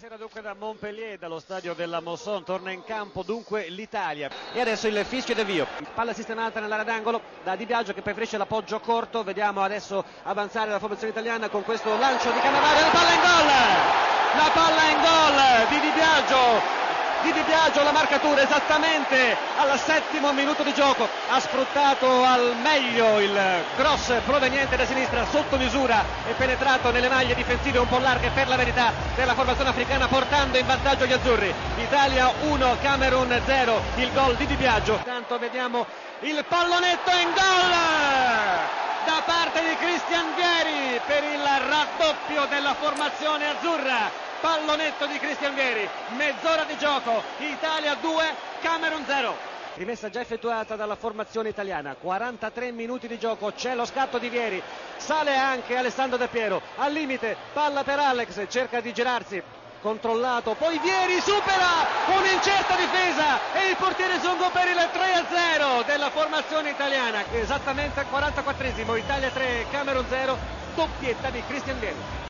Buonasera dunque da Montpellier, dallo stadio della Mosson, torna in campo dunque l'Italia. E adesso il fischio ed avvio. Palla sistemata nell'area d'angolo da Di Biagio che preferisce l'appoggio corto. Vediamo adesso avanzare la formazione italiana con questo lancio di Cannavaro. La palla in gol! La palla in gol di Di Biagio. Di Biagio, la marcatura esattamente al 7° minuto di gioco, ha sfruttato al meglio il cross proveniente da sinistra sotto misura e penetrato nelle maglie difensive un po' larghe per la verità della formazione africana, portando in vantaggio gli azzurri. Italia 1, Camerun 0, il gol di Di Biagio. Intanto vediamo il pallonetto in gol da parte di Christian Vieri per il raddoppio della formazione azzurra. Pallonetto di Christian Vieri, mezz'ora di gioco, Italia 2, Camerun 0. Rimessa già effettuata dalla formazione italiana, 43 minuti di gioco, c'è lo scatto di Vieri, sale anche Alessandro De Piero, al limite, palla per Alex, cerca di girarsi, controllato, poi Vieri supera un'incerta difesa e il portiere Zongo per il 3-0 della formazione italiana, esattamente al 44esimo, Italia 3, Camerun 0, doppietta di Christian Vieri.